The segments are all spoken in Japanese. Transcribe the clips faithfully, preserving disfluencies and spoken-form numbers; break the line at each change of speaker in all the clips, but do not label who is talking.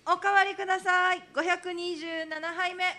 おかわりください。ごひゃくにじゅうななはいめ。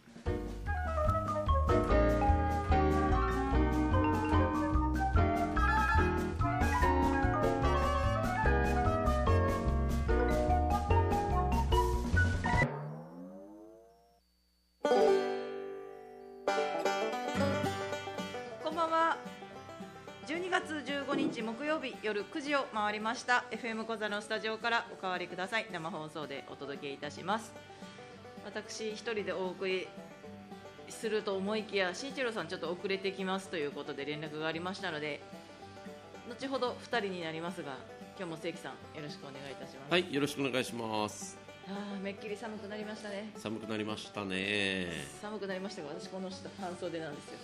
こんばんは。じゅうにがつじゅうごにち木曜日夜くじを回りました。 エフエム 小座のスタジオからおかわりください。生放送でお届けいたします。私一人でお送りすると思いきや、慎一郎さんちょっと遅れてきますということで連絡がありましたので、後ほどふたりになりますが、今日も関さんよろしくお願いいたします。
はい、よろしくお願いします。
あーめっきり寒くなりましたね。
寒くなりましたね。
寒くなりましたが、私この下半袖なんですよ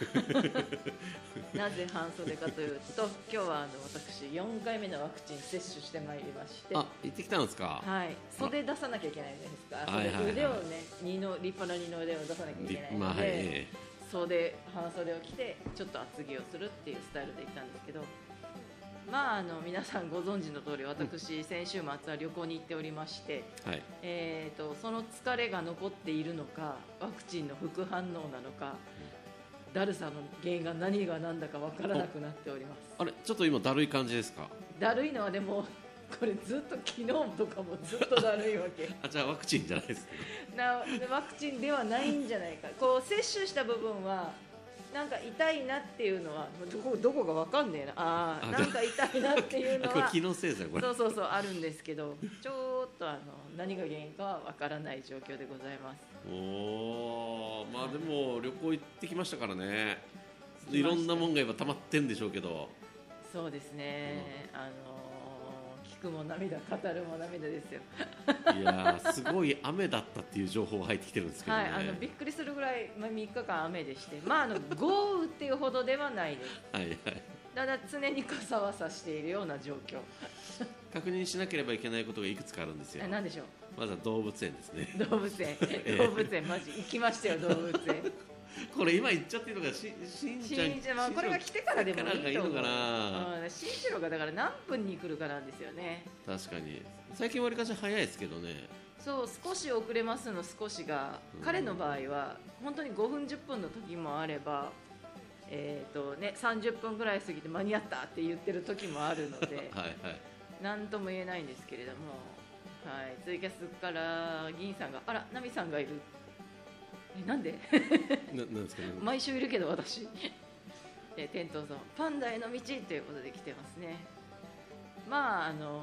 なぜ半袖かというと、今日はあの私よんかいめのワクチン接種してまいりまして、
あ、行ってきたんですか。
はい、袖出さなきゃいけないじゃないですか。
はいはいはい、
腕をね、二の立派な二の腕を出さなきゃいけないので、
まあはい、
袖半袖を着てちょっと厚着をするっていうスタイルで行ったんですけど、まあ、あの皆さんご存知の通り、私、先週末は旅行に行っておりまして、
はい、
えーと、その疲れが残っているのか、ワクチンの副反応なのか、だるさの原因が何が何だか分からなくなっております。
あれ、ちょっと今だるい感じですか。
だるいのはでもこれずっと昨日とかもずっとだるいわけ
あ、じゃあワクチンじゃないです
なワクチンではないんじゃないか。こう接種した部分はなんか痛いなっていうのはどこ、どこが分かんねえなああ、なんか痛いなっていうのは
これ気のせいですよこれ。
そうそうそうあるんですけど、ちょっとあの何が原因かは分からない状況でございます。
おー、まあでも旅行行ってきましたからね。いろんなもんが今溜まってんでしょうけど。
そうですね、うん、あの聞くも涙語るも涙ですよ
いやー、すごい雨だったっていう情報が入ってきてるんですけどね、
はい、あのびっくりするぐらい、まあ、みっかかん雨でして、まあ、あの豪雨っていうほどではないです
はいはい、
ただ常に傘は差しているような状況
確認しなければいけないことがいくつかあるんですよ。
何でしょう。
まずは動物園ですね。
動物園動物園マジ行きましたよ動物園
これ今言っちゃっていいのか、ししんちゃん、
しんちゃん、まあ、これが来てからでもいいと思う。
のかな、
うん、新一郎がだから何分に来るかなんですよね。
確かに最近わりかし早いですけどね。
そう少し遅れますの少しが、うん、彼の場合は本当にごふんじゅっぷんの時もあれば、えーとね、さんじゅっぷんぐらい過ぎて間に合ったって言ってる時もあるのではい、はい、何とも言えないんですけれども、はい、ツイキャスから銀さんがあらナミさんがいる、えなんで
ななんですか、ね、
毎週いるけど私え天童さんパンダへの道ということで来てますね。まああの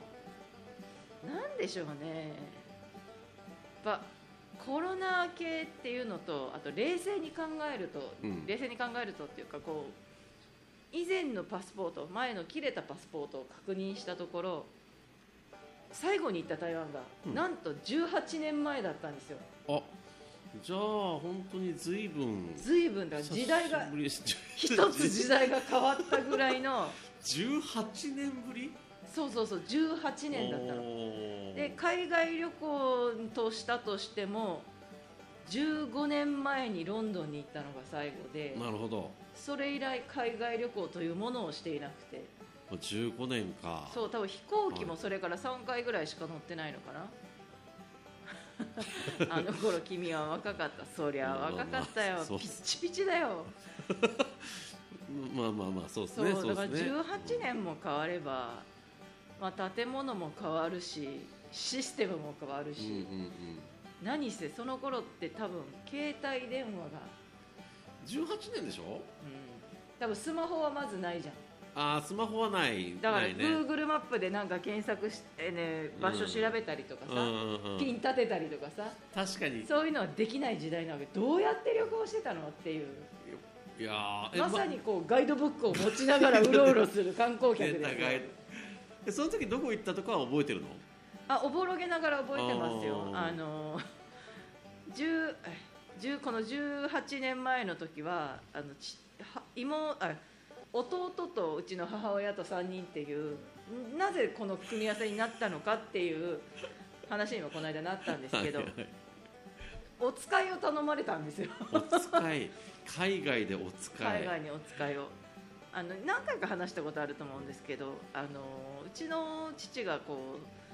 なんでしょうね、やっぱコロナ明けっていうのと、あと冷静に考えると、うん、冷静に考えるとっていうか、こう以前のパスポート、前の切れたパスポートを確認したところ、最後に行った台湾が、うん、なんとじゅうはちねんまえだったんですよ。
あ、じゃあ本当に随分
随分だ、時代が一つ時代が変わったぐらいの
じゅうはちねんぶり。
そうそうそう、じゅうはちねんだったので、海外旅行としたとしてもじゅうごねんまえにロンドンに行ったのが最後で、
なるほど、
それ以来海外旅行というものをしていなくて、
じゅうごねんか。
そう、多分飛行機もそれからさんかいぐらいしか乗ってないのかなあの頃君は若かった。そりゃ若かったよ、まあまあ、ピッチピチだよ
まあまあまあそうですね。
そうだからじゅうはちねんも変われば、まあ、建物も変わるしシステムも変わるし、うんうんうん、何せその頃って多分携帯電話が
じゅうはちねんでしょ、うん、
多分スマホはまずないじゃん。
あ、スマホはない。
だから Google マップでなんか検索して、ね、場所調べたりとかさ、うんうんうん、ピン立てたりとかさ、
確かに
そういうのはできない時代なわけ。どうやって旅行してたのっていう、
いや
まさにこうガイドブックを持ちながらうろうろする観光客です
その時どこ行ったとかは覚えてるの？
あ、おぼろげながら覚えてますよ。あの10 10このじゅうはちねんまえの時はあのちは妹あ弟とうちの母親とさんにんっていう、なぜこの組み合わせになったのかっていう話にもこの間なったんですけどはい、はい、お使いを頼まれたんですよ
お使い、海外でお使い、
海外にお使いをあの何回か話したことあると思うんですけど、あのうちの父がこう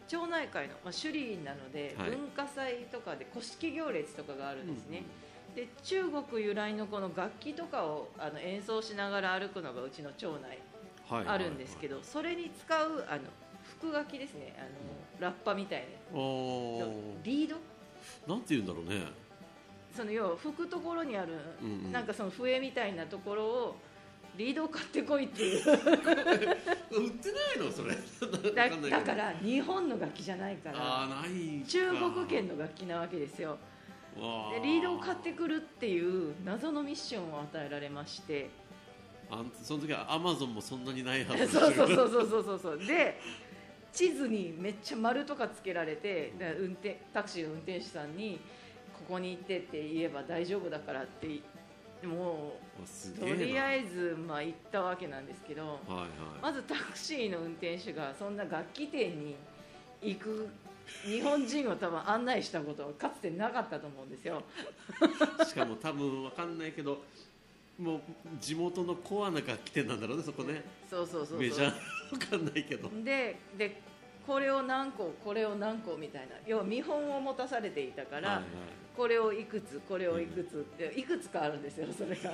町内会の、まあ、首里なので、
はい
文化祭とかで古式行列とかがあるんですね、うん、で中国由来のこの楽器とかをあの演奏しながら歩くのがうちの町内あるんですけど、はいはいはい、それに使うあの副楽器ですね、あの、うん、ラッパみたいなリード
なんて言うんだろうね、
その要は吹くところにある、うんうん、なんかその笛みたいなところをリードを買ってこいっていう売ってない
のそれ
だ, だから日本の楽器じゃないから
あないか
中国圏の楽器なわけですよ。でリードを買ってくるっていう謎のミッションを与えられまして、
あその時はアマゾンもそんなにないはず
そうそうそうそうそうそうで地図にめっちゃ丸とかつけられて、運転タクシーの運転手さんにここに行ってって言えば大丈夫だからってもうとりあえずまあ行ったわけなんですけど、はいはい、まずタクシーの運転手がそんな楽器店に行く日本人を多分案内したことはかつてなかったと思うんですよ
しかも多分分かんないけどもう地元のコアな楽器店なんだろうねそこね。
そうそうそうそう
メジャー分かんないけど
ででこれを何個これを何個みたいな要は見本を持たされていたから、はいはい、これをいくつこれをいくつって、うん、いくつかあるんですよそれが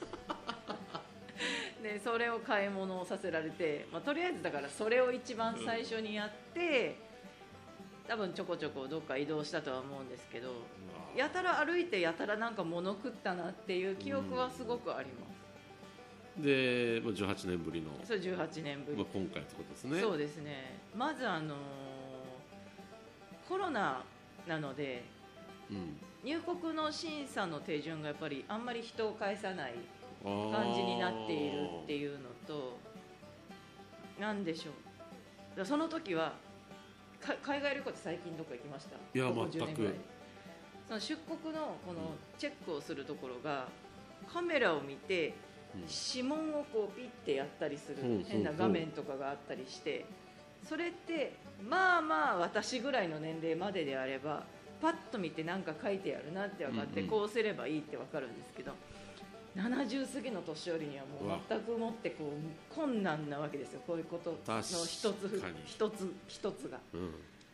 でそれを買い物をさせられて、まあ、とりあえずだからそれを一番最初にやって、うん、多分ちょこちょこどっか移動したとは思うんですけど、うん、やたら歩いてやたらなんか物食ったなっていう記憶はすごくあります、
うん、でじゅうはちねんぶりの
そうじゅうはちねんぶり、
まあ、今回ってことですね。
そうですね。まずあのー、コロナなので、うん、入国の審査の手順がやっぱりあんまり人を返さない感じになっているっていうのと、なんでしょう、その時は海外旅行って最近どこ行きました？
いや全く
その出国のこのチェックをするところがカメラを見て指紋をこうピッてやったりする変な画面とかがあったりして、それってまあまあ私ぐらいの年齢までであればパッと見て何か書いてあるなって分かってこうすればいいって分かるんですけど、ななじゅう過ぎの年寄りにはもう全くもってこう困難なわけですよ、こういうことの一つ一つ一つが、うん、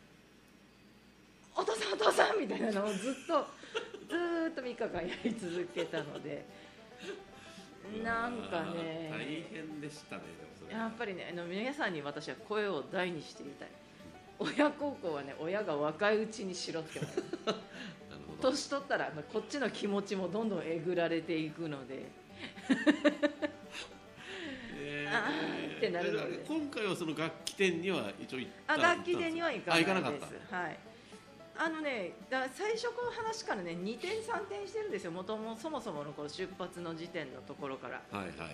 お父さんお父さんみたいなのをずっとずっとみっかかんやり続けたのでなんかね
大変でしたね。でもそれ
やっぱりね、あの皆さんに私は声を大にして言いたい。親孝行はね、親が若いうちにしろって思う年取ったらこっちの気持ちもどんどんえぐられていくので
えー、あーってなるので、今回はその楽器店には一応行ったんですか？
あ、楽器店には行かないです。
あ、行かなかった。
はい。あのね、だ最初の話からねにてんさんてんしてるんですよ。元々そもそものこの出発の時点のところから。
はいはい。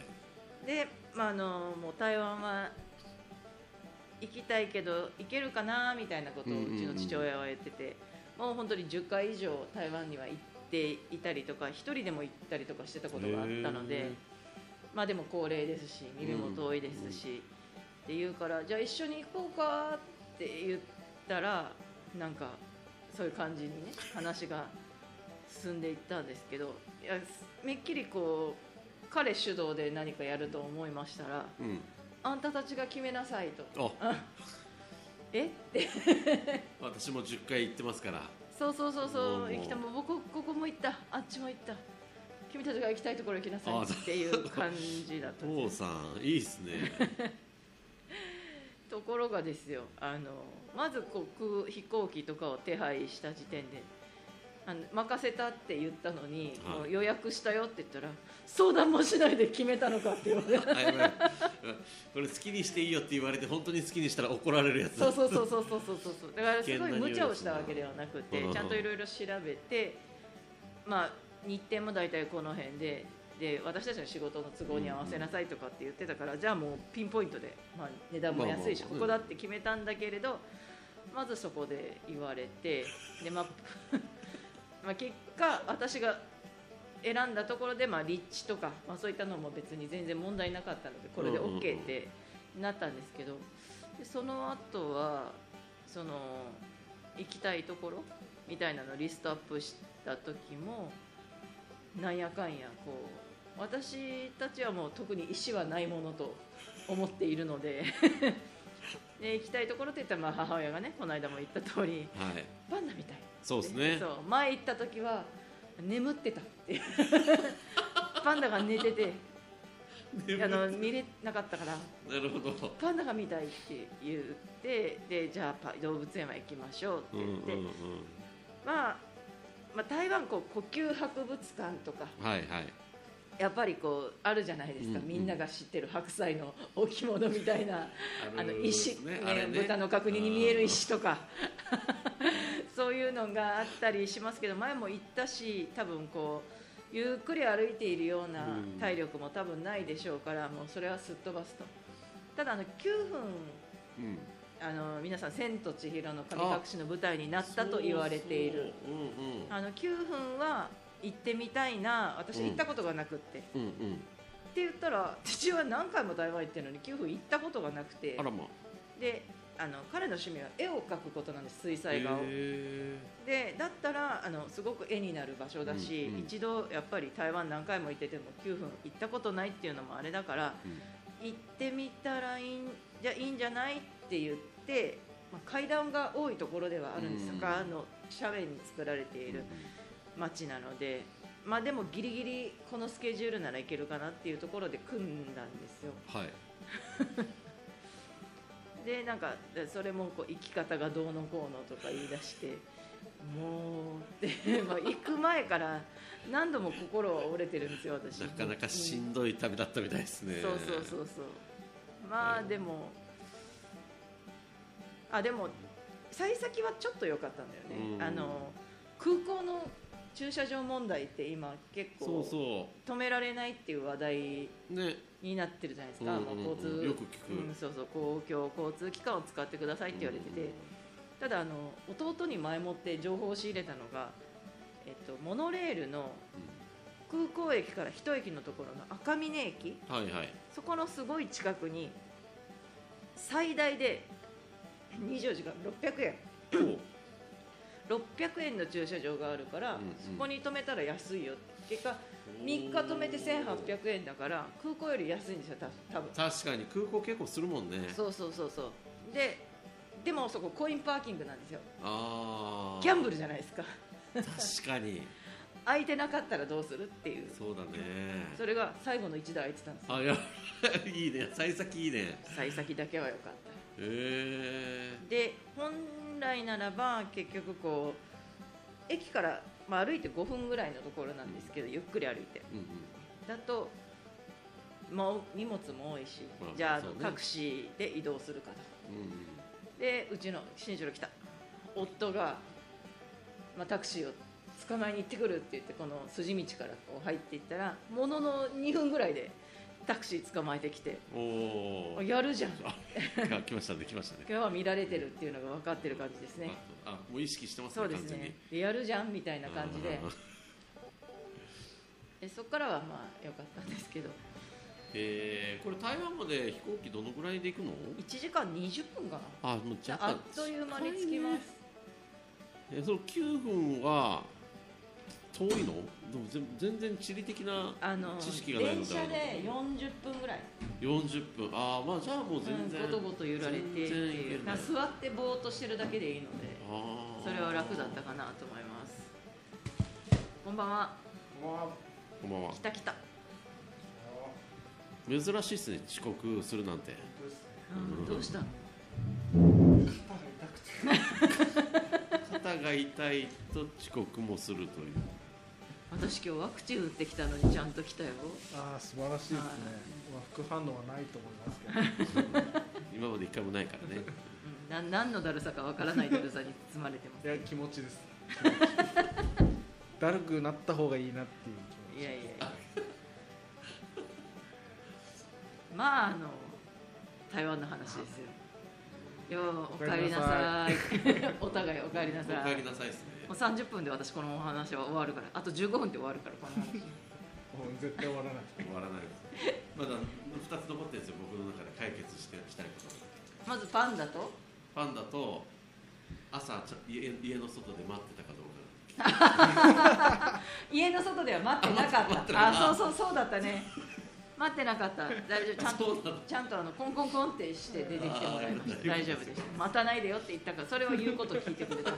で、まあ、あのもう台湾は行きたいけど行けるかなみたいなことをうちの父親は言ってて、うんうんうん、もう本当にじゅっかい以上台湾には行っていたりとか一人でも行ったりとかしてたことがあったので、まあでも高齢ですし耳も遠いですし、うんうん、って言うからじゃあ一緒に行こうかって言ったらなんかそういう感じにね話が進んでいったんですけど、いやめっきりこう彼主導で何かやると思いましたら、うん、あんたたちが決めなさいと。えって
私もじゅっかい行ってますから。
そうそうそうそう行きたも僕ここも行ったあっちも行った君たちが行きたいところ行きなさいっていう感じだったんです。
父さんいいっすね
ところがですよ、あのまず航空飛行機とかを手配した時点であの任せたって言ったのに、はい、もう予約したよって言ったら相談もしないで決めたのかって言われて
これ好きにしていいよって言われて本当に好きにしたら怒られるやつ
そうそうそうそうそうそうそうだからすごい無茶をしたわけではなくてちゃんといろいろ調べて、まあ、日程も大体この辺でで私たちの仕事の都合に合わせなさいとかって言ってたから、うんうん、じゃあもうピンポイントで、まあ、値段も安いし、まあまあまあ、ここだって決めたんだけれど、まずそこで言われてで、まあまあ、結果私が選んだところで、まあ、立地とか、まあ、そういったのも別に全然問題なかったのでこれで OK ってなったんですけど、でその後はその行きたいところみたいなのをリストアップした時もなんやかんやこう私たちはもう特に意思はないものと思っているのでで行きたいところって言ったら、まあ、母親がねこの間も言った通り、
はい、
パンダみたい。
そうですね。
そう前行った時は眠ってたっていうパンダが寝ててあの見れなかったから、
なるほど、
パンダが見たいって言ってでじゃあ動物園は行きましょうって言って、うんうんうん、まあ、まあ台湾こう呼吸博物館とか、
はいはい、
やっぱりこうあるじゃないですか、うんうん、みんなが知ってる白菜の置物みたいなあの石、ねね、豚の角煮に見える石とかそういうのがあったりしますけど、前も行ったし多分こうゆっくり歩いているような体力も多分ないでしょうから、もうそれはすっ飛ばすと。ただあのきゅうふん、うん、あの皆さん千と千尋の神隠しの舞台になったと言われている、うんうん、あのきゅうふんは行ってみたいな、私行ったことがなくって、うんうんうん、って言ったら父は何回も台湾行ってるのにきゅうふん行ったことがなくて、
あら、ま、
であの彼の趣味は絵を描くことなんです、水彩画を。でだったらあのすごく絵になる場所だし、うんうん、一度やっぱり台湾何回も行っててもきゅうふん行ったことないっていうのもあれだから、うん、行ってみたらいいんじゃいいんじゃないって言って、まあ、階段が多いところではあるんですが、うん、の斜面に作られている街なので、まあ、でもギリギリこのスケジュールならいけるかなっていうところで組んだんですよ。
はい
でなんかそれもこう生き方がどうのこうのとか言い出してもうで、まあ、行く前から何度も心は折れてるんですよ私。
なかなかしんどい旅だったみたいですね、うん、
そうそうそうそうまあでもあでも幸先はちょっと良かったんだよね、うん、あの空港の駐車場問題って今結構止められないっていう話題になってるじゃないですか、ね、
うんうんうん、
交通
よく聞く、
うん、そうそう公共交通機関を使ってくださいって言われてて、うんうん、ただあの弟に前もって情報を仕入れたのが、えっと、モノレールの空港駅から一駅のところの赤峰駅、
はいはい、
そこのすごい近くに最大でにじゅうよじかんろっぴゃくえんろっぴゃくえんの駐車場があるから、うんうん、そこに止めたら安いよ。結果みっか止めてせんはっぴゃくえんだから空港より安いんですよ多分。
確かに空港結構するもんね。
そうそうそうそうででもそこコインパーキングなんですよ。
あ
ギャンブルじゃないですか
確かに
空いてなかったらどうするっていう。
そうだね。
それが最後のいちだい空いてたんですよ。
あいやいいね、幸先いいね。
幸先だけは良かった。
へえ。
で本来ならば結局こう駅から、まあ、歩いてごふんぐらいのところなんですけど、うん、ゆっくり歩いて、うんうん、だと、まあ、荷物も多いし、まあ、じゃあ、ね、タクシーで移動するかと、うんうん、でうちの新城来た夫が、まあ、タクシーを捕まえに行ってくるって言ってこの筋道からこう入っていったらもののにふんぐらいでタクシー捕まえてきて、おやるじゃん
来ましたね来ましたね。
今日は見られてるっていうのが分かってる感じですね。
ああもう意識してますね。
そうですね。でやるじゃんみたいな感じででそこからはまあ良かったんですけど、
えー、これ台湾まで飛行機どのぐらいで行くの？
いちじかんにじゅっぷんかな。
あもうじゃ
あっという間に着きます。
えそのきゅうふんは遠いの？でも全然地理的な知識がないので、
電車でよんじゅっぷんぐらい。
よんじゅっぷん、ああまあじゃあもう全然、
うん、ごとごと揺られてっていう座ってぼーっとしてるだけでいいので、あそれは楽だったかなと思います。こんばんは。
こんばんは。
来た来た。
珍しいですね遅刻するなんて。
うん、どうしたの？
肩が痛いと遅刻もするという。
私今日ワクチン打ってきたのにちゃんと来たよ。
ああ素晴らしいですね。まあ、副反応はないと思いますけど
今まで一回もないからね、
うん、な何のだるさかわからないだるさに包まれてます、
ね、いや気持ちですだるくなった方がいいなっていう気持ち。
いやいやいやまああの台湾の話ですよ。よおかえりなさいお互いおかえりなさい。
おかえりなさいですね。
もうさんじゅっぷんで私このお話は終わるから、あとじゅうごふんで終わるからこの話
もう絶対終わらない
終わらないですまだふたつ残ってるんですよ僕の中で解決してしたいこと。
まずパンダと
パンダと朝ちょ 家, 家の外で待ってたかどうか
家の外では待ってなかった。あそうそうそうだったね。 待ってなかった大丈夫ちゃんとちゃんとあのコンコンコンってして出てきてもらいました大丈夫でした待たないでよって言ったからそれを言うことを聞いてくれたね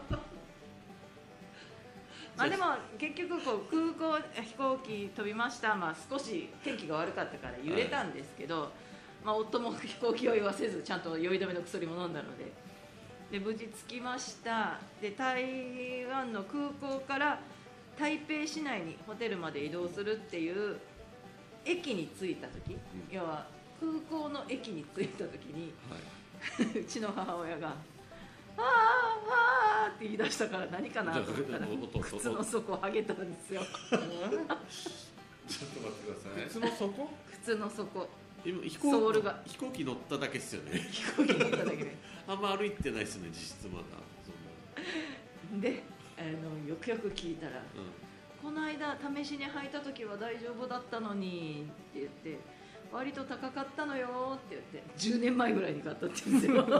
まあでも結局こう空港飛行機飛びました、まあ、少し天気が悪かったから揺れたんですけど、はいまあ、夫も飛行機酔いはせずちゃんと酔い止めの薬も飲んだのでで無事着きましたで台湾の空港から台北市内にホテルまで移動するっていう駅に着いた時、うん、要は空港の駅に着いた時に、はい、うちの母親が「あーあー」って言い出したから何かなと思ったら靴の底を剥げたんですよちょっと待ってくだ
さい
靴の底
靴の底
今飛行ソールが飛行機乗っただけですよね
飛行機乗っただけで
あんま歩いてないですね実質まだ
であのよくよく聞いたら、うん、この間試しに履いた時は大丈夫だったのにって言って割と高かったのよって言ってじゅうねんまえぐらいに買ったって言うんですよ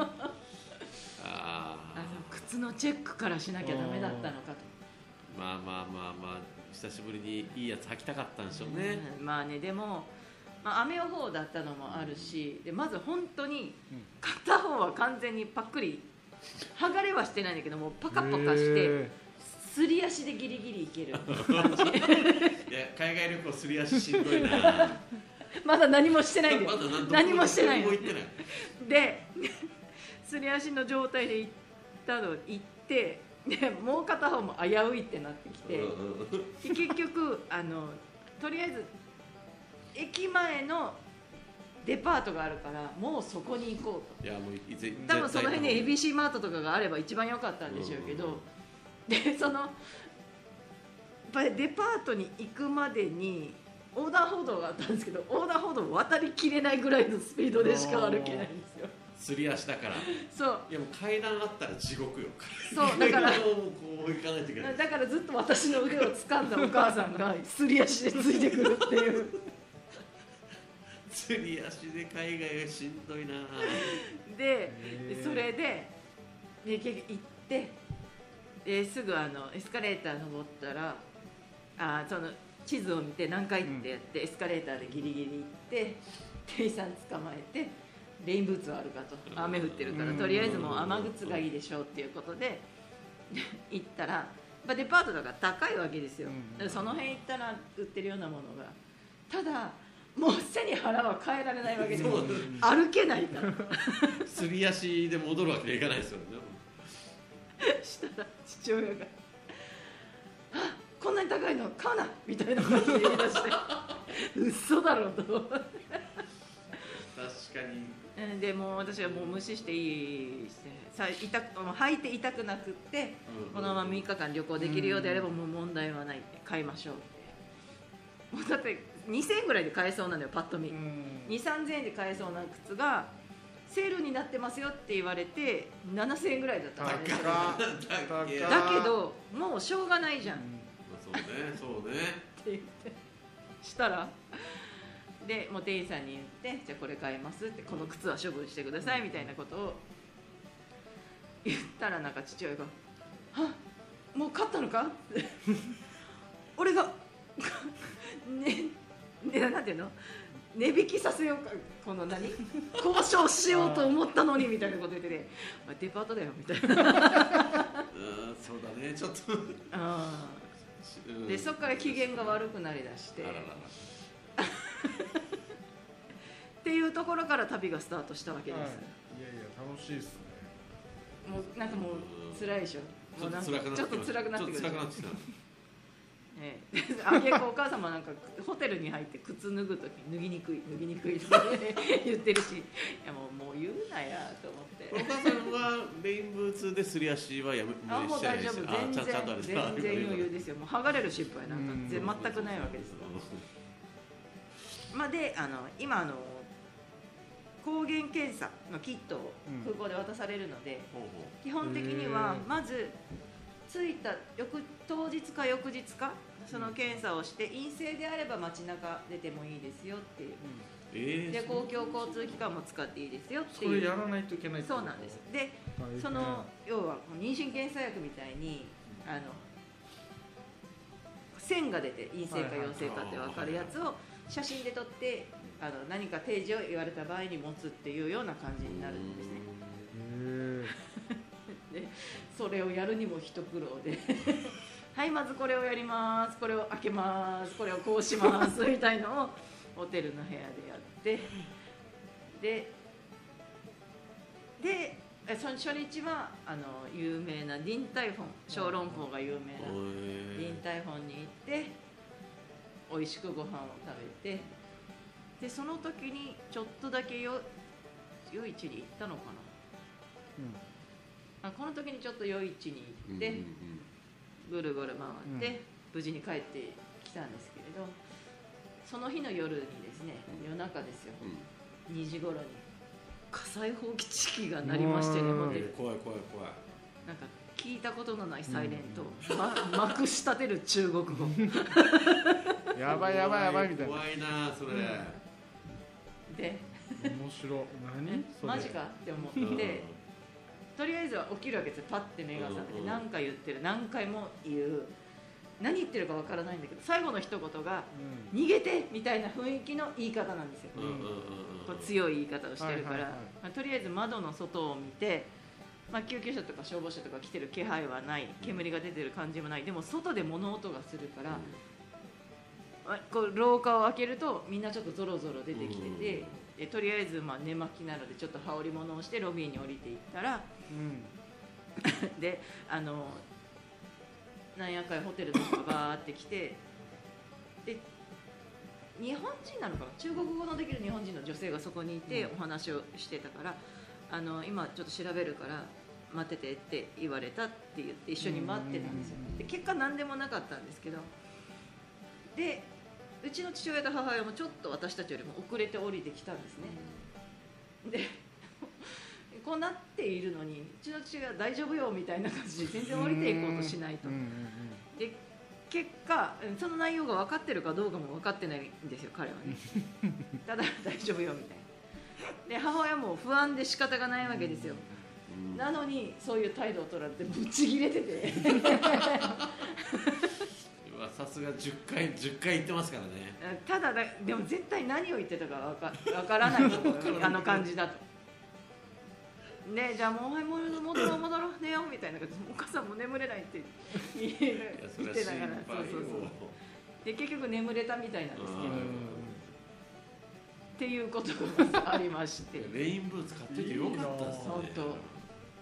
ああの靴のチェックからしなきゃダメだったのかと
まあまあまあまあ久しぶりにいいやつ履きたかったんでしょうね、
うん、まあねでもまあ、雨予報だったのもあるしでまず本当に片方は完全にパックリ剥がれはしてないんだけどもパカパカしてすり足でギリギリいける感じいや
海外旅行すり足しんどいな
まだ何もしてないんだよ、ま、何もしてないのですり足の状態で行ったの行ってでもう片方も危ういってなってきてで結局あのとりあえず駅前のデパートがあるからもうそこに行こうといやもう多分その辺に エービーシー マートとかがあれば一番良かったんでしょうけど、うんうんうん、でそのデパートに行くまでに横断歩道があったんですけど横断歩道を渡りきれないぐらいのスピードでしか歩けないんですよ
すり足だから
そう
いやもう階段あったら地獄よ
そうだから
こう行かないといけない
だからずっと私の腕を掴んだお母さんがすり足でついてくるっていう
すり足で海外がしんどいな
でそれでで行ってですぐあのエスカレーター登ったらあその地図を見て何回ってやって、うん、エスカレーターでギリギリ行って店員さん捕まえてレインブーツはあるかと雨降ってるからとりあえずもう雨靴がいいでしょうっていうことで行ったら、まあ、デパートだから高いわけですよ、うん、その辺行ったら売ってるようなものがただもう背に腹は変えられないわけですよ歩けないから
すり足で戻るわけにはいかないですよね
したら父親が「あこんなに高いの買うな」みたいな感じで言い出して嘘だろうと確かにでもう私はもう無視していいさ痛く履いて痛くなくって、うん、このままみっかかん旅行できるようであればもう問題はないって買いましょうってもうだってにせんえんぐらいで買えそうなのよパッと見、うん、にせんさんぜんえんで買えそうな靴がセールになってますよって言われてななせんえんぐらいだったんですよだけどもうしょうがないじゃん、うん、
そうねそうね
って言ってしたらでもう店員さんに言ってじゃあこれ買いますってこの靴は処分してくださいみたいなことを言ったらなんか父親が「はっもう買ったのか?」って俺がねね、なんていうの値引きさせようかこの何交渉しようと思ったのにみたいなこと言っててデパートだよみたいなうん
そうだねちょっとあ、
うん、でそこから機嫌が悪くなりだしてあらららっていうところから旅がスタートしたわけです、はい、
いやいや楽しいですね
もうなんかもう辛いでしょもうなんかちょっと辛くなってくるええ、あげくお母様なんかホテルに入って靴脱ぐとき脱ぎにくい脱ぎにくいって言ってるしいやもうもう言うなやと思って
お母さんはレインブーツですり足はやめ
あもう大丈夫全然全然余裕ですよもう剥がれる心配なんか全くないわけですまあであの今あの抗原検査のキットを空港で渡されるので、うん、基本的にはまず着いた翌当日か翌日かその検査をして陰性であれば街中出てもいいですよっていう、うんえー、で公共交通機関も使っていいですよっていう
それやらないといけないって
そうなんですでその要は妊娠検査薬みたいにあの線が出て陰性か陽性かって分かるやつを写真で撮ってあの何か提示を言われた場合に持つっていうような感じになるんですね。でそれをやるにも一苦労ではいまずこれをやります、これを開けます、これをこうしますみたいのをホテルの部屋でやってででその初日はあの有名なディンタイフォン小籠包が有名なディンタイフォンに行って美味しくご飯を食べてでその時にちょっとだけよ夜市に行ったのかな、うん、あこの時にちょっと夜市に行って、うんうんうん、ぐるぐる回って、うん、無事に帰ってきたんですけれどその日の夜にですね夜中ですよ、うん、にじ頃に火災報知器が鳴りましてねホテル
怖い怖い怖い
なんか聞いたことのないサイレント、うんま、まくし立てる中国語
やばいやばいやばいみたいな
怖いなそれ、うん、
で
面白何それ
マジかって思って、うん、とりあえずは起きるわけですよパッて目が覚めて、うんうん、何回言ってる何回も言う何言ってるかわからないんだけど最後の一言が、うん、逃げてみたいな雰囲気の言い方なんですよ、うんうんうんうん、こう強い言い方をしてるから、はいはいはいまあ、とりあえず窓の外を見て、まあ、救急車とか消防車とか来てる気配はない煙が出てる感じもないでも外で物音がするから、うん、こう廊下を開けるとみんなちょっとゾロゾロ出てきてて、うんでとりあえずまあ寝巻きなのでちょっと羽織物をしてロビーに降りていったら、うん、であのなんやかんやホテルの人がバーって来てで日本人なのかな中国語のできる日本人の女性がそこにいてお話をしてたからあの今ちょっと調べるから待っててって言われたって言って一緒に待ってたんですよ。で結果何でもなかったんですけどでうちの父親と母親もちょっと私たちよりも遅れて降りてきたんですね。でこうなっているのにうちの父親は大丈夫よみたいな感じで全然降りていこうとしないと。で結果その内容が分かってるかどうかも分かってないんですよ彼はね。ただ大丈夫よみたいな。で母親も不安で仕方がないわけですよ。なのにそういう態度を取られてブチギレてて
さすがじゅっかいじゅっかい言ってますからね。
ただだでも絶対何を言ってたかわか分からないと思うあの感じだと。ねじゃあもうはいもう戻ろう戻ろう寝ようみたいな感じでお母さんも眠れないって言ってたからそうそうそうで結局眠れたみたいなんですけどっていうことがありまして
レインブーツ買っててよかったですね。
本当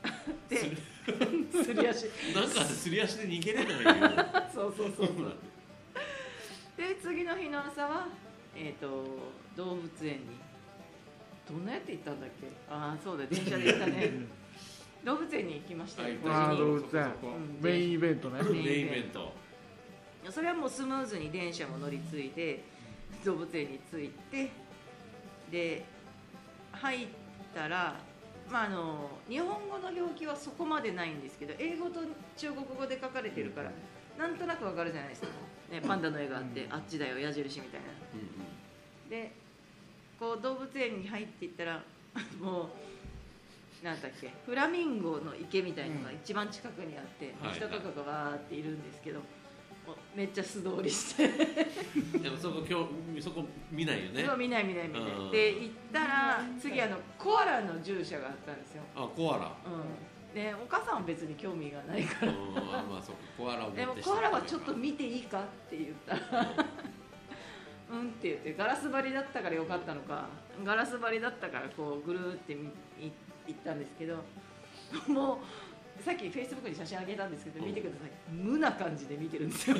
ですり足
なんかすり足で逃げれないよ
そうそうそうそうで次の日の朝は、えー、と動物園にどんなやって行ったんだっけああそうだ電車で行ったね動物園に行きましたよ
ああ動物園メインイベントね
メインイベント
それはもうスムーズに電車も乗り継いで動物園に着いてで入ったらまあ、あの日本語の表記はそこまでないんですけど英語と中国語で書かれてるからなんとなくわかるじゃないですか、ね、パンダの絵があって、うん、あっちだよ矢印みたいな、うん、でこう動物園に入っていったらもうなんだっけフラミンゴの池みたいなのが一番近くにあって、うん、人とかがわーっているんですけど、もうめっちゃ素通りして
でもそこ今日そこ見ないよね。
そう見ない見ない見ないで行ったら次あのコアラの獣舎があったんですよ。
あコアラ、
うん、でお母さんは別に興味がないからあ
まあそうコアラを持って
でもコアラはちょっと見ていいかって言ったらうんって言ってガラス張りだったからよかったのかガラス張りだったからこうぐるーって行ったんですけどもうさっきフェイスブックに写真あげたんですけど見てください無な感じで見てるんですよ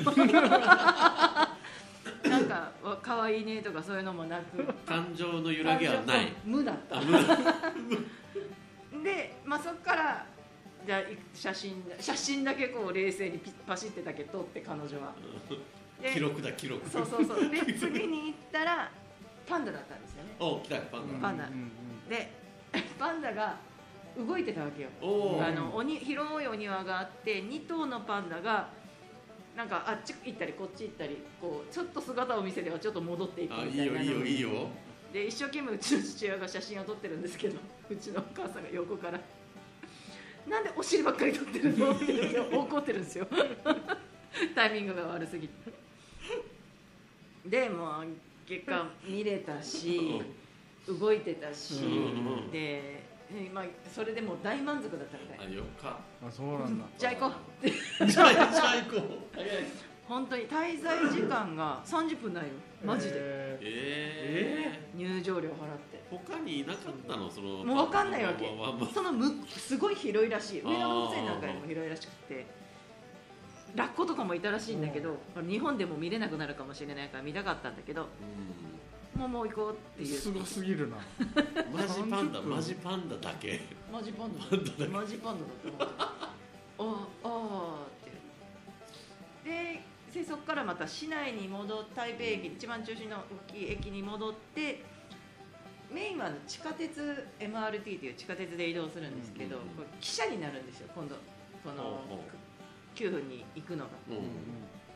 なんか可愛いねとかそういうのもなく
感情の揺らぎはない
無だったで、まあ、そこからじゃあ写真写真だけこう冷静にパシってだけ撮って彼女は
記録だ記録
そうそうそうで次に行ったらパンダだったんですよね。
お来たパンダ
パンダ、うんうんうん、でパンダが動いてたわけよ。あのおに広いお庭があってに頭のパンダがなんかあっち行ったりこっち行ったりこうちょっと姿を見せてはちょっと戻っていくみたいな。
あいいよいいよいいよ
で一生懸命うちの父親が写真を撮ってるんですけどうちのお母さんが横からなんでお尻ばっかり撮ってるのって怒ってるんですよタイミングが悪すぎてでもう結果見れたし動いてたし、うん、で、まあ、それでもう大満足だったみたい。
あ、よか
あ、そうなんだ。
じゃあ行こう
じゃあ行こう
本当に滞在時間がさんじゅっぷんないよマジで。
えーえ
ー、入場料払って
他にいなかったのその。
もう分かんないわけ。そのむすごい広いらしい。上野動物園なんかよりも広いらしくて、ラッコとかもいたらしいんだけど、日本でも見れなくなるかもしれないから見たかったんだけど、うん、もうもう行こうっていう。
すごすぎるな。
マジパンダ、マジパンダだけ。
マジパンダだ。マジパンダだった。ああってで。でそこからまた市内に戻って台北駅、一番中心の大きい駅に戻ってメインは地下鉄 エムアールティー という地下鉄で移動するんですけど、うん、これ汽車になるんですよ今度このきゅうふんに行くのが、うん、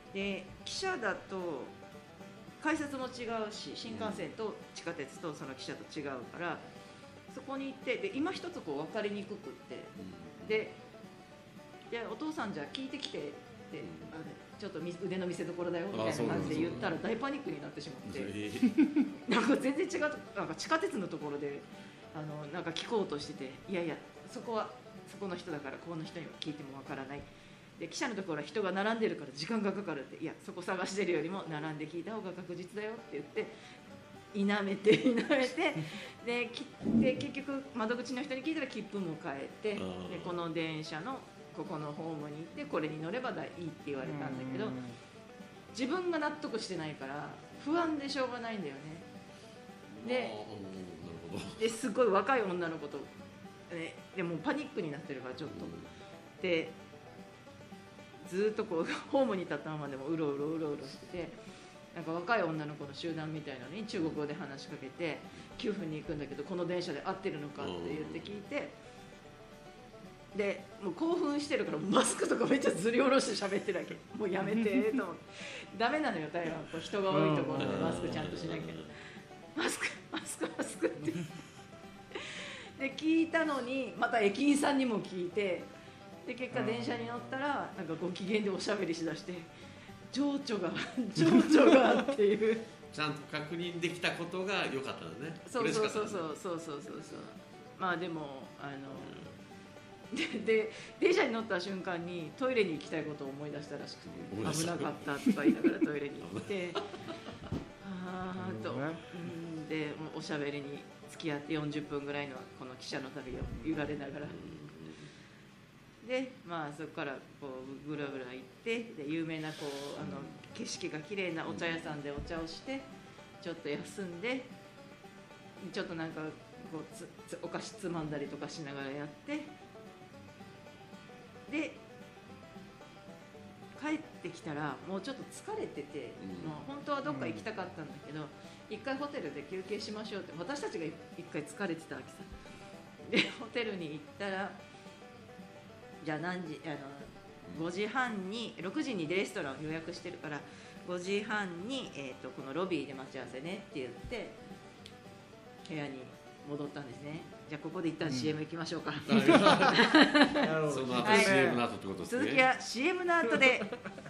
で汽車だと改札も違うし新幹線と地下鉄とその汽車と違うからそこに行ってで今一つこう分かりにくくって、うん、で, でお父さんじゃあ聞いてきてってあれちょっと腕の見せ所だよみたいな感じで言ったら大パニックになってしまって、なんか全然違うなんか地下鉄のところであのなんか聞こうとしてていやいやそこはそこの人だからこの人には聞いてもわからないで記者のところは人が並んでるから時間がかかるっていやそこ探してるよりも並んで聞いた方が確実だよって言って否めて否めてでで結局窓口の人に聞いたら切符も変えてでこの電車のここのホームに行ってこれに乗ればいいって言われたんだけど自分が納得してないから不安でしょうがないんだよね。でですごい若い女の子と、ね、でもパニックになってるからちょっとでずっとこうホームに立ったままでもうろうろうろうろしててなんか若い女の子の集団みたいなのに中国語で話しかけてきゅうふんに行くんだけどこの電車で合ってるのかって言って聞いて。でもう興奮してるからマスクとかめっちゃずり下ろして喋ってるわけもうやめてと思ってダメなのよ台湾こう人が多いところでマスクちゃんとしなきゃマスクマスクマスクってで聞いたのにまた駅員さんにも聞いてで結果電車に乗ったらなんかご機嫌でおしゃべりしだして情緒が情緒がっていう
ちゃんと確認できたことが良かったのね。
そうそうそうそうそうそうそうまあでもあので, で電車に乗った瞬間にトイレに行きたいことを思い出したらしくて危なかったとか言いながらトイレに行ってあーと、うん、でおしゃべりに付き合ってよんじゅっぷんぐらいのこの汽車の旅を揺られながらでまあそこからこうぐらぐら行ってで有名なこうあの景色が綺麗なお茶屋さんでお茶をしてちょっと休んでちょっとなんかこうつつお菓子つまんだりとかしながらやってで帰ってきたらもうちょっと疲れてて、うん、もう本当はどっか行きたかったんだけど、うん、一回ホテルで休憩しましょうって私たちが一回疲れてたわけさでホテルに行ったらじゃあ何時あのごじはんにろくじにレストランを予約してるからごじはんに、えー、とこのロビーで待ち合わせねって言って部屋に戻ったんですね。じゃあここで一旦 シーエム 行きましょうか、うん、
その後 シーエム の後ってことですね。
続きは シーエム の後で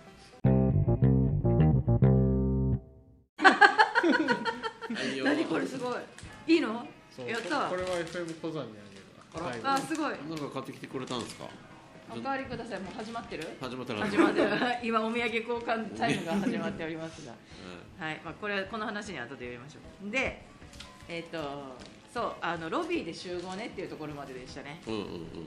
何これすごいいいのやった
これは エフエム 小座にあげる
あすごい
なんか買ってきてくれたんですか。
おかわりください。もう始まってる
始まってる
始まってる今お土産交換タイムが始まっておりますがはい、まあ、これこの話に後でやりましょう。でえっ、ー、とそうあのロビーで集合ねっていうところまででしたね、うんうんうん、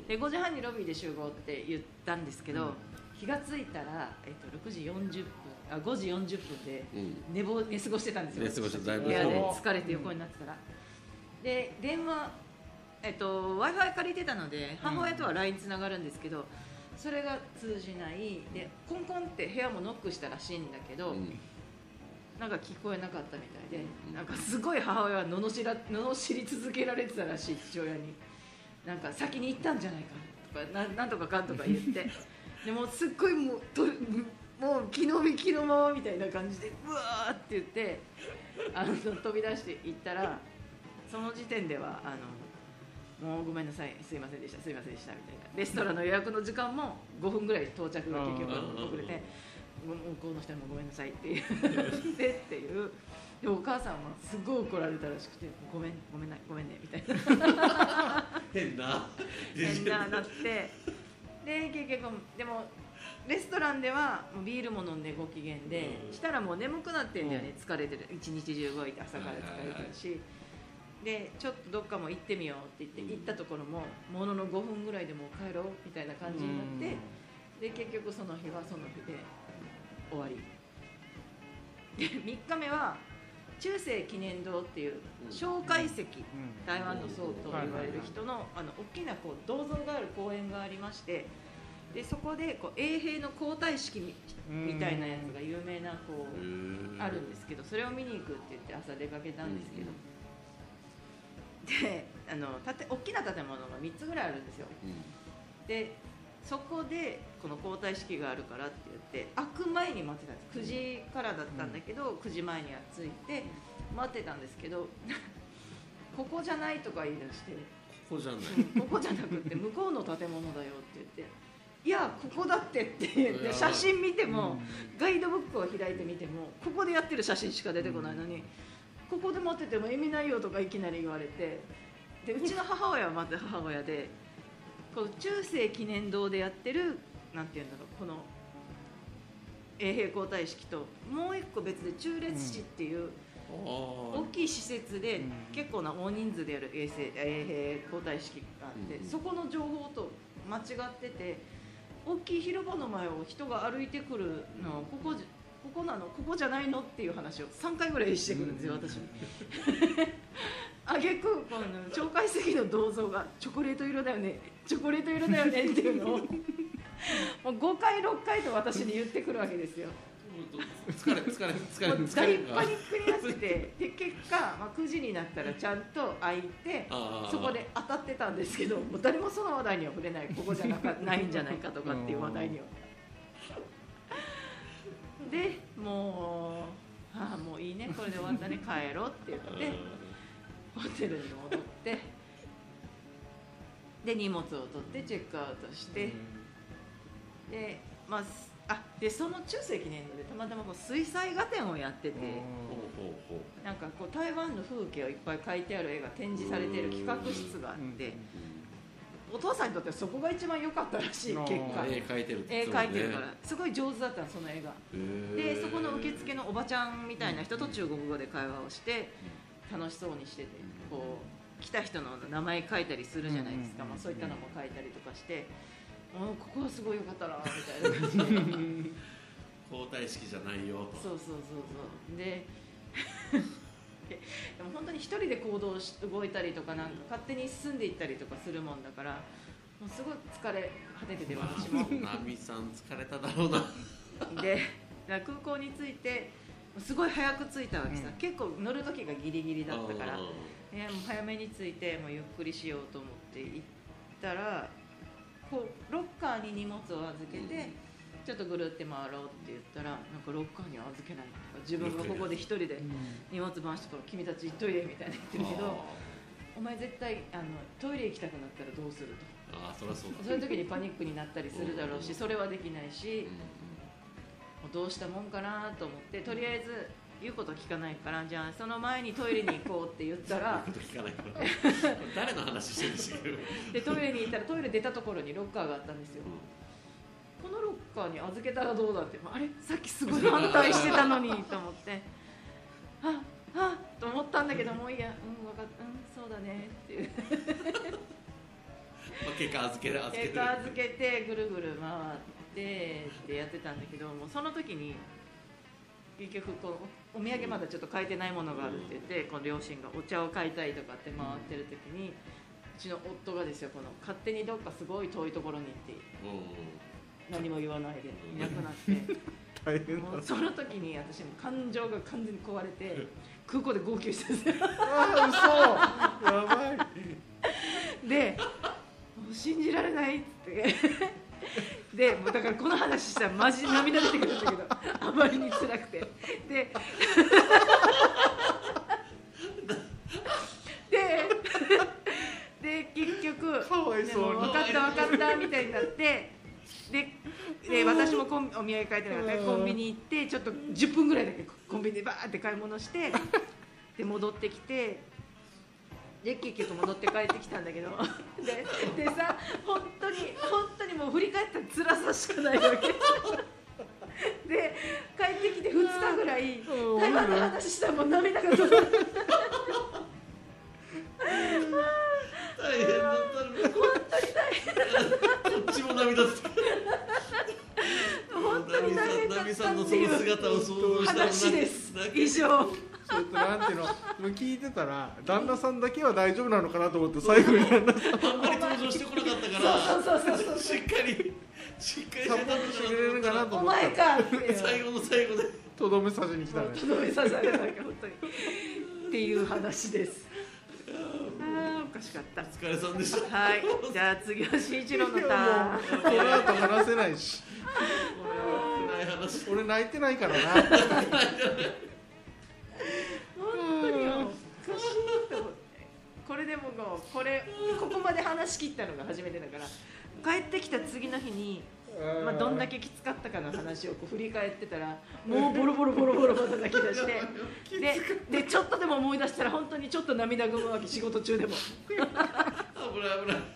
でごじはんにロビーで集合って言ったんですけど、うん、気がついたら、えっと、ろくじよんじゅっぷんあごじよんじゅっぷんで寝ぼ、うん、寝過ごしてたんですよ。
寝過ごしてだいぶ
部屋で疲れて横になってたら、うん、で電話、えっと、w i f i 借りてたので母親とは ライン つながるんですけど、それが通じないでコンコンって部屋もノックしたらしいんだけど、うんなんか聞こえなかったみたいで、なんかすごい母親は罵ら罵り続けられてたらしい父親に、なんか先に行ったんじゃないかとか な, なんとかかんとか言ってでもすっごいもうともう気の身気のままみたいな感じでうわーって言ってあの飛び出して行ったらその時点ではあのもうごめんなさいすいませんでしたすいませんでしたみたいなレストランの予約の時間もごふんぐらい到着が結局遅れて。向こうの人にもごめんなさいって言ってっていうでお母さんはすごい怒られたらしくてごめんごめんないごめんねみたいな
変な
変ななってで結局でもレストランではもうビールも飲んでご機嫌で、うん、したらもう眠くなってんだよね、うん、疲れてる一日中動いて朝から疲れてるし、はいはいはい、でちょっとどっかも行ってみようって言って行ったところももののごふんぐらいでもう帰ろうみたいな感じになって、うん、で結局その日はその日で終わりでみっかめは中世記念堂っていう蒋介石、うん、台湾の宋と言われる人のあの大きなこう銅像がある公園がありましてでそこでこう衛兵の交代式 み, みたいなやつが有名なこうあるんですけどそれを見に行くって言って朝出かけたんですけどであの建大きな建物がみっつぐらいあるんですよでそこでこの交代式があるからって言って開く前に待ってたんですくじからだったんだけどくじまえには着いて待ってたんですけどここじゃないとか言い出して
ここじゃない、
うん、ここじゃなくて向こうの建物だよって言っていやここだってって言って写真見てもガイドブックを開いてみてもここでやってる写真しか出てこないのにここで待ってても意味ないよとかいきなり言われてでうちの母親はまず母親でこの中世記念堂でやってるなんていうんだろうこの衛兵交代式ともう一個別で中列地っていう大きい施設で結構な大人数でやる衛生衛兵交代式があってそこの情報と間違ってて大きい広場の前を人が歩いてくるのここここなのここじゃないのっていう話をさんかいぐらいしてくるんですよ私あげくこの蒋介石の銅像がチョコレート色だよねチョコレート色だよねっていうのをもうごかいろっかいと私に言ってくるわけですよ
疲れ疲れ疲れ
もう大パニックになっててで結果、まあ、くじになったらちゃんと開いてそこで当たってたんですけどもう誰もその話題には触れないここじゃなかないんじゃないかとかっていう話題にはでもう、はあ、もういいねこれで終わったね帰ろうって言ってホテルに戻ってで荷物を取ってチェックアウトしてでまああでその中世記念堂でたまたまこう水彩画展をやっててなんかこう台湾の風景をいっぱい描いてある絵が展示されている企画室があってお父さんにとってはそこが一番良かったらしい結果
絵描いてる
絵描いてるからすごい上手だったのその絵がでそこの受付のおばちゃんみたいな人と中国語で会話をして楽しそうにしててこう来た人の名前書いたりするじゃないですか、まあ、そういったのも書いたりとかしてここはすごい良かったなみたいな感じで
交代式じゃないよと
そうそうそうそうででも本当に一人で行動し動いたりとかなんか勝手に進んでいったりとかするもんだからもうすごい疲れ果ててて私も
ナミさん疲れただろうな
で空港に着いてすごい早く着いたわけさ、うん、結構乗る時がギリギリだったから、ね、もう早めに着いてもうゆっくりしようと思って行ったらこうロッカーに荷物を預けて、うん、ちょっとぐるって回ろうって言ったらなんかロッカーには預けないとか自分がここで一人で荷物回してから君たち行っといでみたいな言ってるけどお前絶対あのトイレ行きたくなったらどうすると
あそりゃそうだ
そういう時にパニックになったりするだろうしそれはできないし、うん、どうしたもんかなと思ってとりあえず言うこと聞かないからじゃあその前にトイレに行こうって言ったら
言うこと聞かないから誰の話してるんですか
でトイレに行ったらトイレ出たところにロッカーがあったんですよ、うん、このロッカーに預けたらどうだってあれさっきすごい反対してたのにと思ってああと思ったんだけどもういいやうん分かったうんそうだねっていう
まあ結果預ける預ける
結果預けてぐるぐる回ってってやってたんだけどもうその時に結局こうお土産まだちょっと買えてないものがあるって言ってこの両親がお茶を買いたいとかって回ってる時にうちの夫がですよこの勝手にどっかすごい遠いところに行って何も言わないでいなくなって
大変だ
もうその時に私も感情が完全に壊れて空港で号泣してるんですよ
ああ嘘やばい
でもう信じられないってでもうだからこの話したらマジ涙出てくるんだけどあまりに辛くてででで結局
かわいそうに
分かった分かったみたいになってでで私もコンお土産買えてなかったからコンビニ行ってちょっとじゅっぷんぐらいだけコンビニでバーって買い物してで戻ってきてで結局戻って帰ってきたんだけどででさ本当に本当にもう振り返ったら辛さしかないわけで帰ってきてふつかぐらい台湾の話したらもう涙が止まる
大変だったの
本当に大変だった
こっちも涙つく
本当に大変だった
ナミさんのその姿を想像したら
話です以上
ちょっとなんていうのもう聞いてたら旦那さんだけは大丈夫なのかなと思って最後に旦那さん
あんまり登場してこなかったから
そうそうそうそう
しっかりしっかり
サポートしてくれるかなと
お
思って
前かっていう
最後の最後で
とどめさせに来たね
とどめさせられた本当にっていう話ですあーおかしかった
お疲れさんでした
はいじゃあ次は慎一郎のタ
いや
ーン
もうこの後話せないし
暗い話
俺泣いてないからな
本当におかしいと思ってこれでももうこれここまで話し切ったのが初めてだから帰ってきた次の日にまあ、どんだけきつかったかの話をこう振り返ってたらもうボロボロボロボロまた泣き出してででちょっとでも思い出したら本当にちょっと涙ぐむわけ仕事中でも
危ない危ない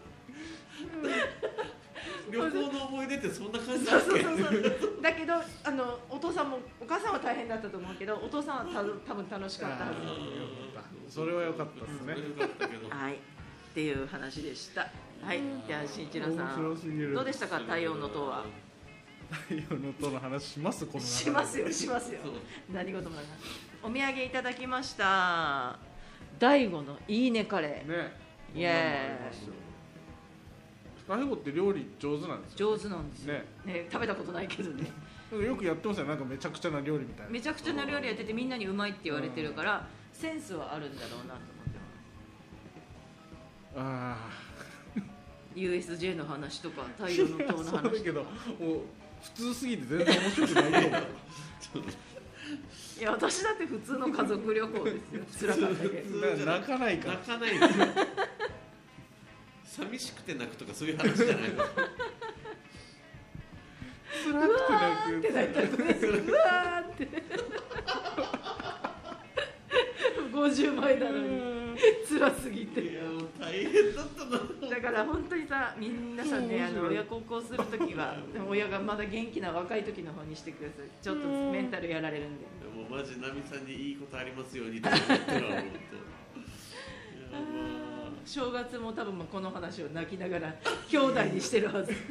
旅行の思い出ってそんな感じだっけ
そうそうそうそうだけどあのお父さんもお母さんは大変だったと思うけどお父さんはた多分楽しかったはず
あーよかったそれは良かったですね
よかったけど
はいっていう話でしたはいじゃあ慎一郎さ
面白すぎる
んどうでしたか太陽の塔は
太陽の塔の話しますこの中で
しますよしますよ何事もないお土産いただきました大悟のいいねカレー
ね
イエ
大悟って料理上手なんですよ
上手なんですよ
ね
ね食べたことないけどね
よくやってますよなんかめちゃくちゃな料理みたいな
めちゃくちゃな料理やっててみんなにうまいって言われてるからセンスはあるんだろうなと思ってます
あ
ユーエスジェー の話とか太陽の塔の
そうだ
話
けどもう普通すぎて全然面白くないと思う
いや私だって普通の家族旅行ですよ辛かったけど
な泣かないから
泣かないですよ寂しくて泣くとかそういう話じゃないの
辛く
って泣いたらごめんなさいうわーってごじゅうまいなのに辛すぎて
いやもう大変だったな
だから本当にさ皆さんねあの親孝行するときは親がまだ元気な若い時の方にしてくださいちょっとメンタルやられるんで
もうマジナミさんにいいことありますようにって思ってるわ本当
正月も多分この話を泣きながら兄弟にしてるはず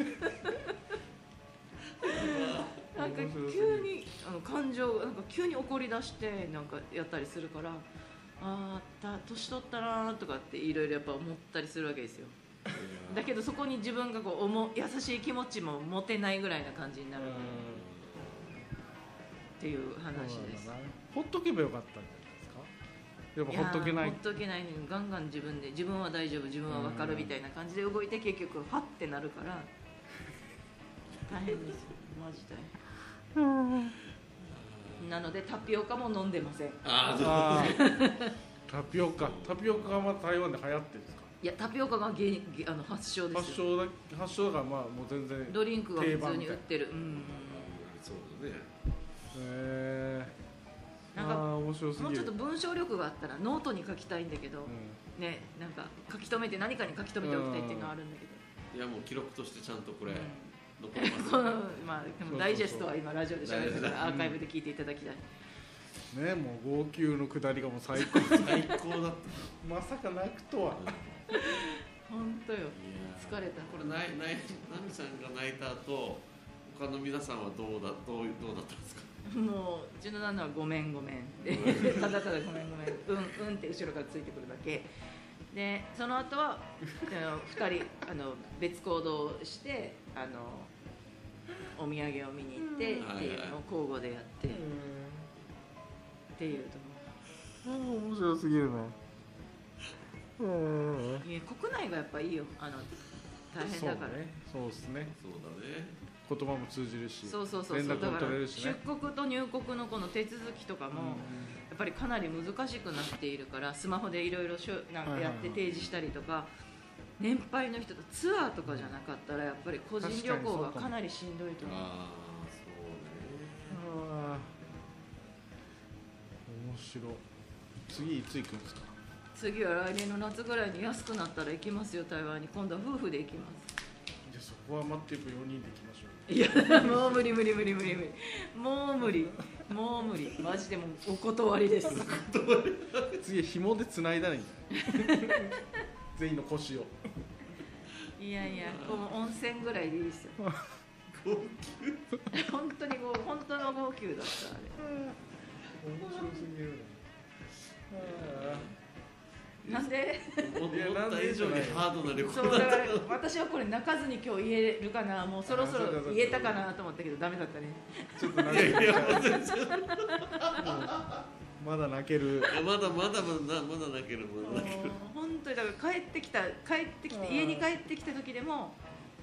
なんか急にあの感情がなんか急に怒り出してなんかやったりするからああ年取ったなとかっていろいろやっぱ思ったりするわけですよだけどそこに自分がこう思優しい気持ちも持てないぐらいな感じになるっていう話です
ほっとけばよかったんじゃないですかやっぱほっとけない
ほっとけないのにガンガン自分で自分は大丈夫自分は分かるみたいな感じで動いて結局ファッてなるから大変ですよマジ大変なのでタピオカも飲んでません
あ
あタピオカタピオカがまた台湾で流行ってるんですか
いやタピオカがげげあの発祥ですよ
発祥だ発祥だからまあもう全然
ドリンクが普通に売ってるうん
そうだね
へえ
なんか
あー面白すぎる
もうちょっと文章力があったらノートに書きたいんだけど、
うん
ねなんか書き留めて何かに書き留めておきたいっていうのはあるんだけど、
いやもう記録としてちゃんとこれ
うん
残ります
こ
よ
のまあでもダイジェストは今ラジオで喋ってたからアーカイブで聞いていただきたい、
ねもう号泣の下りがもう最高
最高だった
まさか泣くとは
本当よ
いや
疲れた
これないないナミさんが泣いた後他の皆さんはどうだどうどうだったんですか
もううちの旦那はごめんごめんってただただごめんごめんうんうんって後ろからついてくるだけでその後はあのふたりあの別行動してあのお土産を見に行ってっていうのを交互でやってっていうとこ
面白すぎるなうん
いや国内がやっぱいいよあの大変だから
そうですね
そうだね
言葉も通じるし
そうそうそう
連絡も
そうだから
取れるしね
出国と入国のこの手続きとかもやっぱりかなり難しくなっているからスマホでいろいろなんかやって提示したりとか年配の人とツアーとかじゃなかったらやっぱり個人旅行がかなりしんどいと思う。ああ
そうね。ああ面白い。次いつ行くんですか？
次は来年の夏ぐらいに安くなったら行きますよ、台湾に。今度は夫婦で行きます。
じゃあそこは待ってよにんで行きましょ
う。いやもう無理無理無理無理無理もう無理もう無理マジでもうお断りです
次紐で繋いだらいいんだ全員の腰を。
いやいやこの温泉ぐらいでいいですよ号泣本当にもう本当の号泣だったあれ。
面白すぎる。
なんで
思った以上にハードな旅行
だったの。私はこれ泣かずに今日言えるかな、もうそろそろ言えたかなと思ったけどダメだったね。
ちょっと泣ける。まだ泣ける。
まだまだまだまだ泣けるまだ泣ける。
本当にだから帰ってきた帰ってきて家に帰ってきた時でも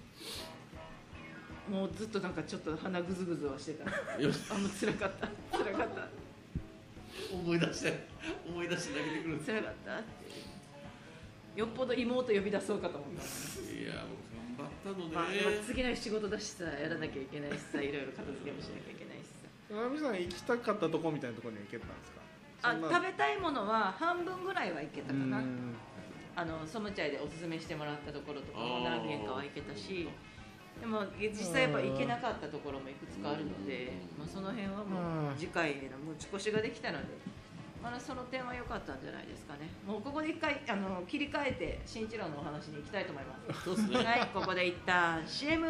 もうずっとなんかちょっと鼻ぐずぐずはしてた。あもう辛かった辛かった。
思い出して思い出して泣けてくる。
辛かったって。よっぽど妹呼び出そうかと思った。
いやもう頑張ったのね。
まあ、でも次の日仕事だしさやらなきゃいけないしさいろいろ片付けもしなきゃいけないしさ。
ナミさん行きたかったとこみたいなところには行けたんですか？
あ食べたいものは半分ぐらいは行けたかな。あのソムチャイでおすすめしてもらったところとかも何軒かは行けたし、でも実際やっぱ行けなかったところもいくつかあるので、まあ、その辺はもう次回への持ち越しができたので、まあ、その点は良かったんじゃないですかね。もうここで一回あの切り替えて慎一郎のお話に行きたいと思います。
そうですね。
はい、ここで一旦 シーエム。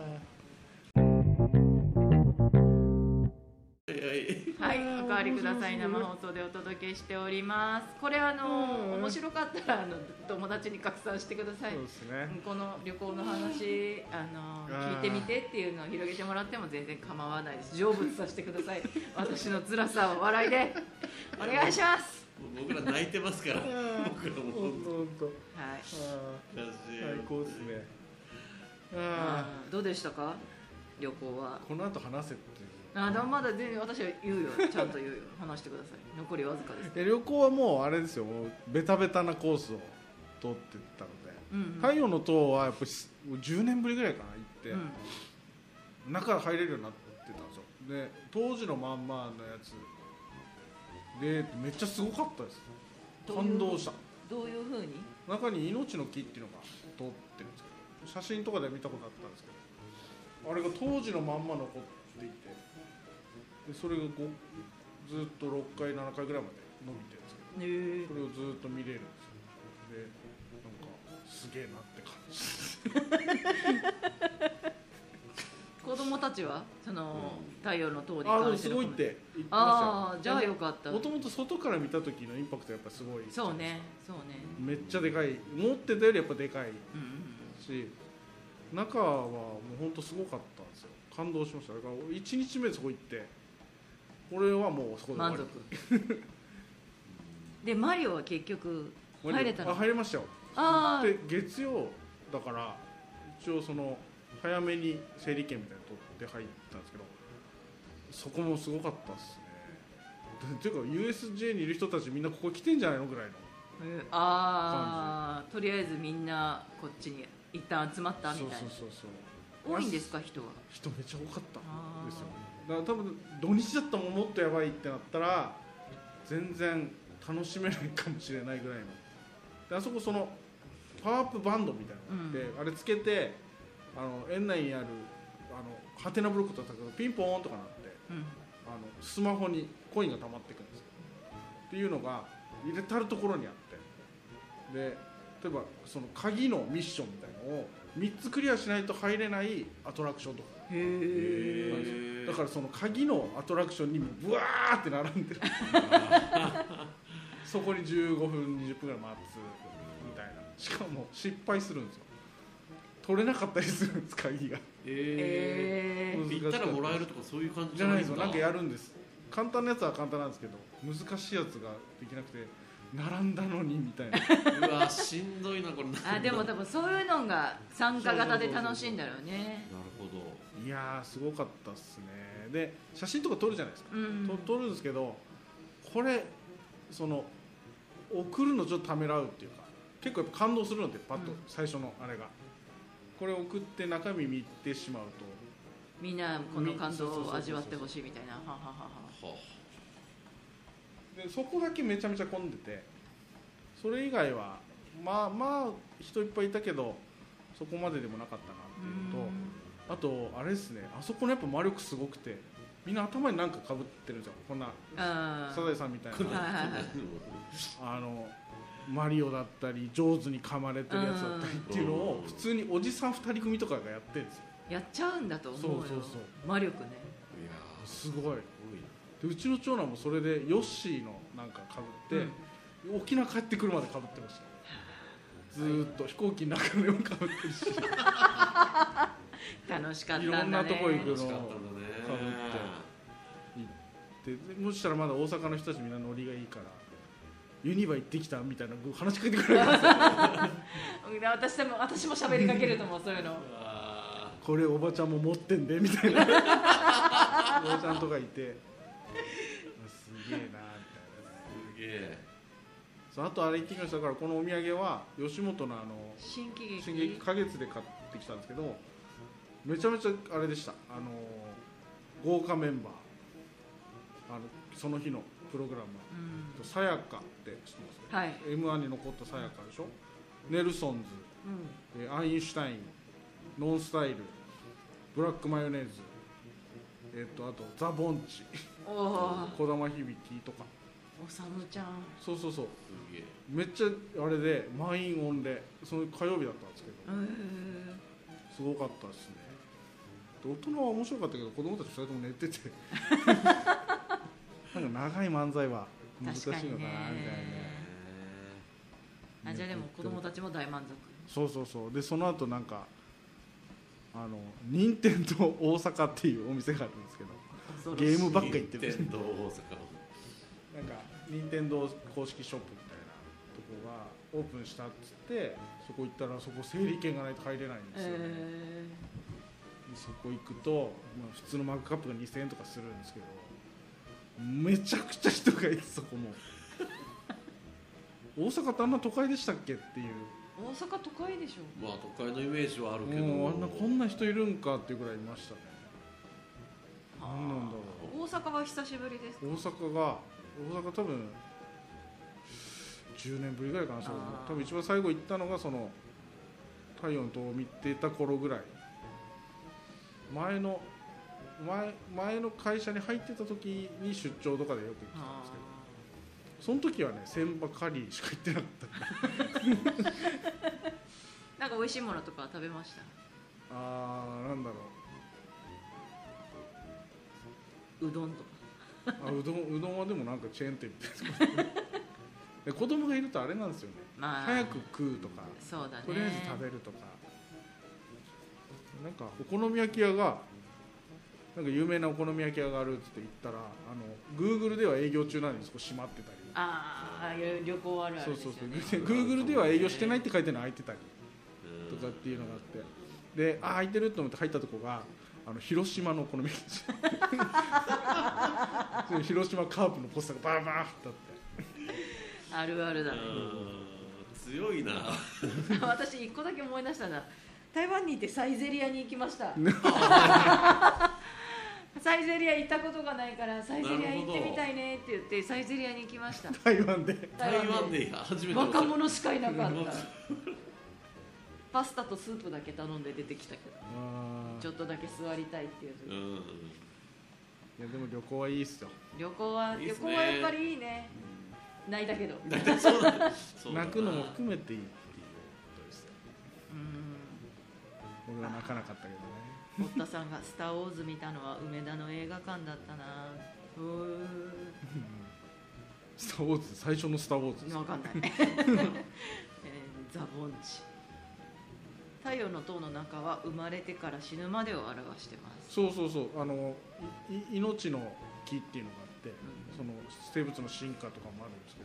はい、おかわりください。生放送でお届けしております。これあの面白かったらあの友達に拡散してください。
そうですね。
この旅行の話あの聞いてみてっていうのを広げてもらっても全然構わないです。成仏させてください。私の辛さを笑いでお願いします。
僕ら泣いてますから。僕らも本当
本当。
はい。
最高ですね。
ああ、どうでしたか旅行は。
この後話せって。
あでもまだ全然私は言うよ、ちゃんと言うよ、話してください。残りわずかです。
旅行はもうあれですよ、もうベタベタなコースを通ってったので、うんうん、太陽の塔はやっぱりじゅうねんぶりぐらいかな行って、うん、中入れるようになってたんですよ。で当時のまんまのやつでめっちゃすごかったです。感動した。
どういうふうに？
中に命の木っていうのが通ってるんですけど、写真とかで見たことあったんですけど、あれが当時のまんま残っていて、でそれがごずっとろっかいななかいぐらいまで伸びてるんですけど、それをずっと見れるんですよ。でなんかすげえなって感じです
子供たちはその、うん、太陽の塔に
関してのコメント、あ、すごいって言ってましたよ。
ああ、じゃあよかった。
もともと外から見た時のインパクトやっぱすごい。
そうね、そうね。
めっちゃでかい、持ってたよりやっぱでかいし、うん、中はもう本当すごかったんですよ。感動しました。だからいちにちめそこ行って、これはもうそこで終わり。満足。
でマリオは結局入れたの？
あ、入れましたよ。
あ
で月曜だから一応その早めに整理券みたいなの取って入ったんですけど、そこもすごかったですね。っていうか ユーエスジェー にいる人たちみんなここ来てんじゃないのぐらいの感じ。
えー、ああ、とりあえずみんなこっちに一旦集まったみたいな。
そうそうそうそう。
多いんですか人は？
人めっちゃ多かったんですよ。だから多分土日だったらもっとやばいってなったら全然楽しめないかもしれないぐらいの。であそこそのパワーアップバンドみたいなのがあって、うん、あれつけてあの園内にあるあのハテナブロックとかピンポーンとかなって、うん、あのスマホにコインが溜まっていくんですよっていうのが入れたるところにあって、で例えばその鍵のミッションみたいなのをみっつクリアしないと入れないアトラクションとか。へー。だからその鍵のアトラクションにもブワーって並んでるそこにじゅうごふんにじゅっぷんぐらい待つみたいな。しかも失敗するんですよ。取れなかったりするんです鍵が。
えー、行ったらもらえるとかそういう感じ
じゃないですよ。なんかやるんです。簡単なやつは簡単なんですけど難しいやつができなくて並んだのにみたいな
うわしんどいなこれ。
あでも多分そういうのが参加型で楽しいんだろうね。
なるほど。
いやーすごかったっすね。で写真とか撮るじゃないですか、うん、と撮るんですけどこれその送るのちょっとためらうっていうか結構やっぱ感動するのでパッと最初のあれが、これを送って中身見てしまうと
みんなこの感動を味わってほしいみたいな。はははは。
でそこだけめちゃめちゃ混んでて、それ以外はまあまあ人いっぱいいたけどそこまででもなかったなっていうのと、あとあれですね、あそこのやっぱ魔力すごくて、みんな頭に何か被ってるんですよ。こんなサザエさんみたいなあのマリオだったり上手に噛まれてるやつだったりっていうのを普通におじさんふたり組とかがやってるんですよ。
やっちゃうんだと思うよ。
そうそうそう、
魔力ね。
いや
すごい。でうちの長男もそれでヨッシーのなんかかぶって、うん、沖縄帰ってくるまでかぶってました。ずーっと飛行機の中でもかぶってるし
楽しかったんだね。
いろんなとこ行くの
楽しかったんだね。
かぶって行って、もししたらまだ大阪の人たちみんなノリがいいからユニバ行ってきたみたいな話しかけてくれるんですよ
私でも私も喋りかけると思うそういうの
これおばちゃんも持ってんでみたいなおばちゃんとかいてすげえなみたいな。
すげえ。
あとあれ行ってきましたから、このお土産は吉本のあの
新喜劇
新喜劇花月で買ってきたんですけど、めちゃめちゃあれでした。あの豪華メンバー、あのその日のプログラムさやかって知ってますか、はい、エムワン に残ったさやかでしょ、ネルソンズ、うん、アインシュタイン、ノンスタイル、ブラックマヨネーズ、えっとあとザ・ボンチ、児玉響とか、
おさむちゃん、
そうそうそう、めっちゃあれで満員御礼、その火曜日だったんですけど、すごかったですね。大人は面白かったけど子供たちふたりとも寝ててなんか長い漫才は難しいのかなみたいなね。
あ、じゃあでも子供たちも大満足。
そうそうそう。でその後なんかあの任天堂大阪っていうお店があるんですけど、ゲームばっか行ってる。
任天堂大阪。
なんか任天堂公式ショップみたいなとこがオープンしたっつって、そこ行ったらそこ整理券がないと入れないんですよ、ね。えーそこ行くと、まあ、普通のマグカップがにせんえんとかするんですけど、めちゃくちゃ人がいて、そこも大阪ってあんな都会でしたっけっていう。
大阪都会でしょ。
まあ都会のイメージはあるけど、
もうあんなこんな人いるんかっていうぐらいいましたね。何なんだろ
う。大阪は久しぶりですか。
大阪が大阪多分じゅうねんぶりぐらいかな。多分一番最後行ったのがその太陽の塔を見てた頃ぐらい。前の 前, 前の会社に入ってた時に出張とかでよく行ってたんですけど、その時はね千葉カリーしか行ってなかった
なんか美味しいものとか食べました？
あー、なんだろ
う、うどんとか
あ う, どんうどんはでもなんかチェーン店みたいな子供がいるとあれなんですよね、まあ、早く食うとか、
そうだね、
とりあえず食べるとか、なんかお好み焼き屋がなんか有名なお好み焼き屋があるって言ったら、あの Google では営業中なのにそこ閉まってたり、
ああ旅行あるあるですよね。
そうそうそう Google では営業してないって書いてるの開いてたりとかっていうのがあって、で、あ、開いてると思って入ったとこがあの広島のお好み焼き広島カープのポスターがバーバーってあって、
あるあるだね。
強いな
私一個だけ思い出したな。台湾に行ってサイゼリアに行きましたサイゼリア行ったことがないからサイゼリア行ってみたいねって言ってサイゼリアに行きました。
台湾で
台湾で初めて
若者しかいなかったパスタとスープだけ頼んで出てきたけど、ちょっとだけ座りたいっていう時、うん、い
やでも旅行はいいっすよ。
旅行は、いいっすね、旅行はやっぱりいいね、うん、泣いたけど
そうだ泣くのも含めていいっていうことですよ。うん、俺は泣かなかったけどね。
堀田さんがスターウォーズ見たのは梅田の映画館だったな。うー
スターウォーズ、最初のスターウォーズです。
分かんない、えー、ザ・ボンチ。太陽の塔の中は生まれてから死ぬまでを表してます。
そうそうそう、あのい命の木っていうのがあって、うん、その生物の進化とかもあるんですけ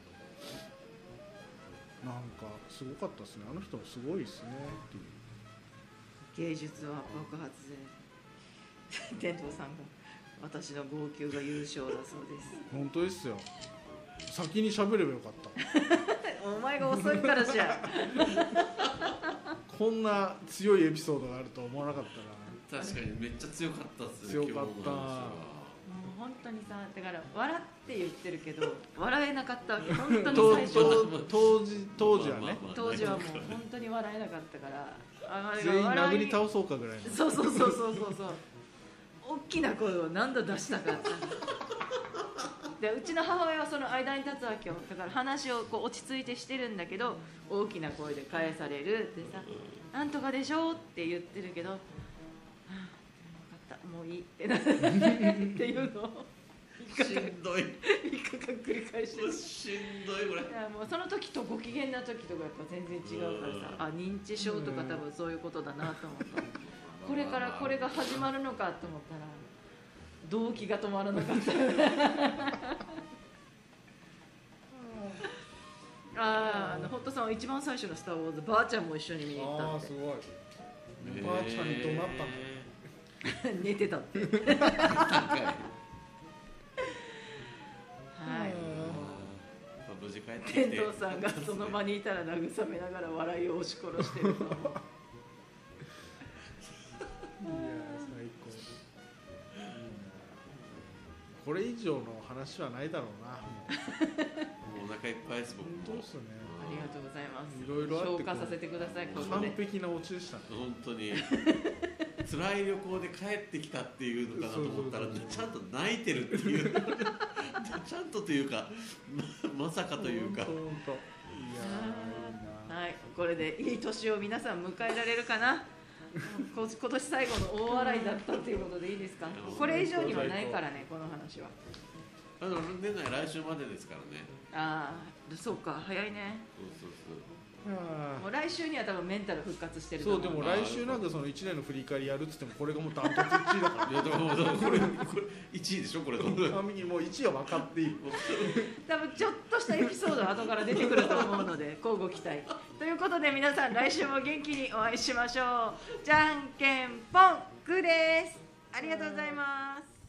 ど、なんかすごかったですね。あの人もすごいですねっていう。
芸術は爆発で天童さんが私の号泣が優勝だそうです。
本当ですよ。先に喋ればよかった
お前が遅いからじゃ
こんな強いエピソードがあると思わなかった
な。確かにめっちゃ強かったっすね。
強かった。
もう本当にさ、だから笑って言ってるけど笑えなかったわけ。本当に最初
当時当時はね、
当時はもう本当に笑えなかったから、あ
全員殴り倒そうかぐらいの。
そうそうそうそうそうそう大きな声を何度出したかったで、うちの母親はその間に立つわけよ。だから話をこう落ち着いてしてるんだけど大きな声で返されるってさ、なんとかでしょって言ってるけど、はあ、分かったもういいってなっていうのを
しんどい
みっかかん繰り返してる。
しんどいこれ。い
やもうその時とご機嫌な時とかやっぱ全然違うからさ、あ認知症とか多分そういうことだなと思った。これからこれが始まるのかと思ったら動機が止まらなかったああ、あのホットさんは一番最初の「スター・ウォーズ」ばあちゃんも一緒に見に行ったって。
あーすごい。ばあちゃんに怒鳴ったんだ。
寝てたってはい、
無事帰ってきて
天童さんがその場にいたら慰めながら笑いを押し殺してると思う
いや最高。これ以上の話はないだろうな。
もうお腹いっぱいです僕も。
本当ですね。
ありがとうございます。
いろいろあって
消化させてください。ここで
完璧なオチでしたね。
本当に辛い旅行で帰ってきたっていうのかなと思ったらちゃんと泣いてるっていうちゃんとというか ま, まさかというか。
本当本当。いや
はい、これでいい年を皆さん迎えられるかな。こ今年最後の大笑いだったっていうことでいいですか。これ以上にはないからね、この話は。
あの年内来週までですからね。
ああ、そうか、早いね。
そうそうそう。
もう来週には多分メンタル復活してると
そう
思う。
でも来週なんかそのいちねんの振り返りやるっつってもこれがもうダントツいちいだから。
いやでもでもこれこれいちいでしょこれ。
紙にもういちいは分かっていい。
多分ちょっとしたエピソードは後から出てくると思うので乞うご期待ということで、皆さん来週も元気にお会いしましょう。じゃんけんぽんグーです。ありがとうございます。